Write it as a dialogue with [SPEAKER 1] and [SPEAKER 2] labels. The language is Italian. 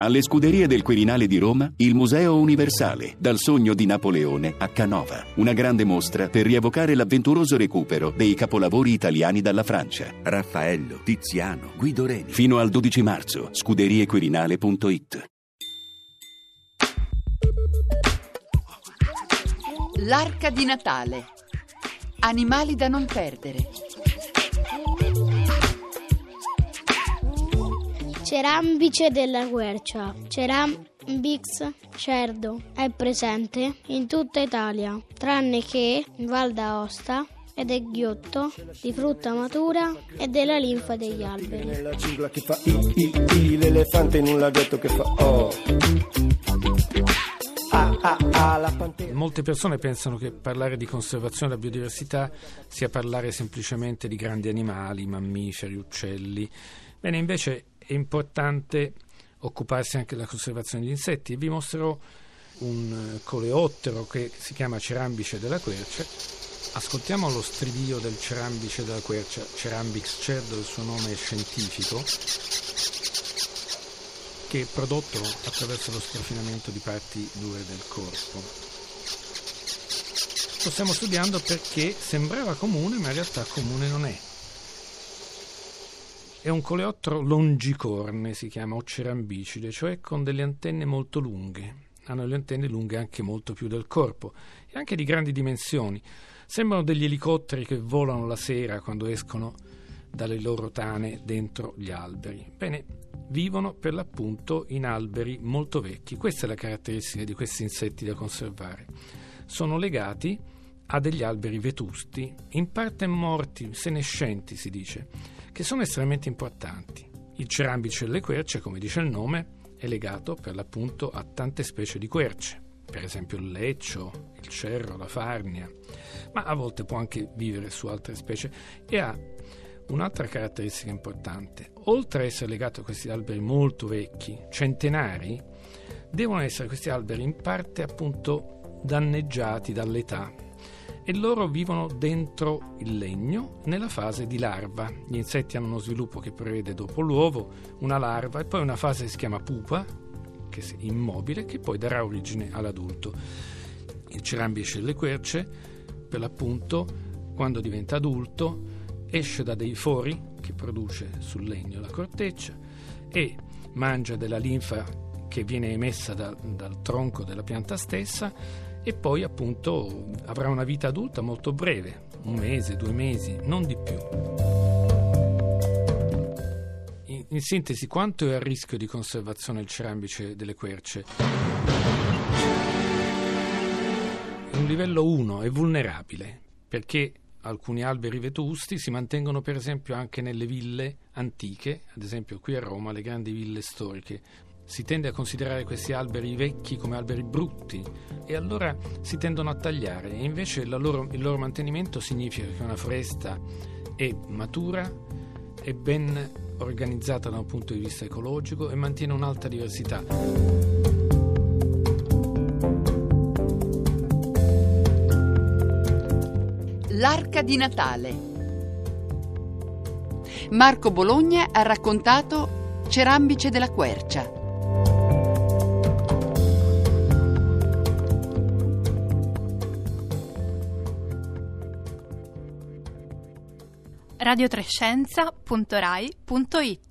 [SPEAKER 1] Alle Scuderie del Quirinale di Roma, il Museo Universale, dal sogno di Napoleone a Canova. Una grande mostra per rievocare l'avventuroso recupero dei capolavori italiani dalla Francia.
[SPEAKER 2] Raffaello, Tiziano, Guido Reni.
[SPEAKER 1] Fino al 12 marzo, scuderiequirinale.it.
[SPEAKER 3] L'arca di Natale. Animali da non perdere.
[SPEAKER 4] Cerambice della quercia, Cerambix cerdo, è presente in tutta Italia, tranne che in Val d'Aosta ed è ghiotto di frutta matura e della linfa degli alberi.
[SPEAKER 5] Nella giungla che fa l'elefante in un laghetto che fa la pantera.
[SPEAKER 6] Molte persone pensano che parlare di conservazione della biodiversità sia parlare semplicemente di grandi animali, mammiferi, uccelli. Bene, invece è importante occuparsi anche della conservazione degli insetti e vi mostrerò un coleottero che si chiama cerambice della quercia. Ascoltiamo lo stridio del cerambice della quercia, Cerambix cerdo, il suo nome scientifico, che è prodotto attraverso lo strofinamento di parti dure del corpo. Lo stiamo studiando perché sembrava comune, ma in realtà comune non è. È un coleottero longicorne, si chiama, o cerambicide, cioè con delle antenne molto lunghe. Hanno le antenne lunghe anche molto più del corpo e anche di grandi dimensioni. Sembrano degli elicotteri che volano la sera quando escono dalle loro tane dentro gli alberi. Bene, vivono per l'appunto in alberi molto vecchi. Questa è la caratteristica di questi insetti da conservare. Sono legati a degli alberi vetusti, in parte morti, senescenti si dice, che sono estremamente importanti. Il cerambice delle querce, come dice il nome, è legato per l'appunto a tante specie di querce, per esempio il leccio, il cerro, la farnia, ma a volte può anche vivere su altre specie e ha un'altra caratteristica importante. Oltre a essere legato a questi alberi molto vecchi, centenari, devono essere questi alberi in parte appunto danneggiati dall'età e loro vivono dentro il legno nella fase di larva. Gli insetti hanno uno sviluppo che prevede dopo l'uovo una larva e poi una fase che si chiama pupa, che è immobile, che poi darà origine all'adulto. Il cerambice delle querce, per l'appunto, quando diventa adulto, esce da dei fori che produce sul legno la corteccia e mangia della linfa che viene emessa dal tronco della pianta stessa e poi appunto avrà una vita adulta molto breve, 1 mese, 2 mesi, non di più. In sintesi, quanto è a rischio di conservazione il cerambice delle querce? È un livello 1, è vulnerabile, perché alcuni alberi vetusti si mantengono per esempio anche nelle ville antiche, ad esempio qui a Roma le grandi ville storiche. Si tende a considerare questi alberi vecchi come alberi brutti e allora si tendono a tagliare e invece il loro mantenimento significa che una foresta è matura, è ben organizzata da un punto di vista ecologico e mantiene un'alta diversità.
[SPEAKER 3] L'arca di Natale. Marco Bologna ha raccontato Cerambice della quercia.
[SPEAKER 7] radiotrescienza.rai.it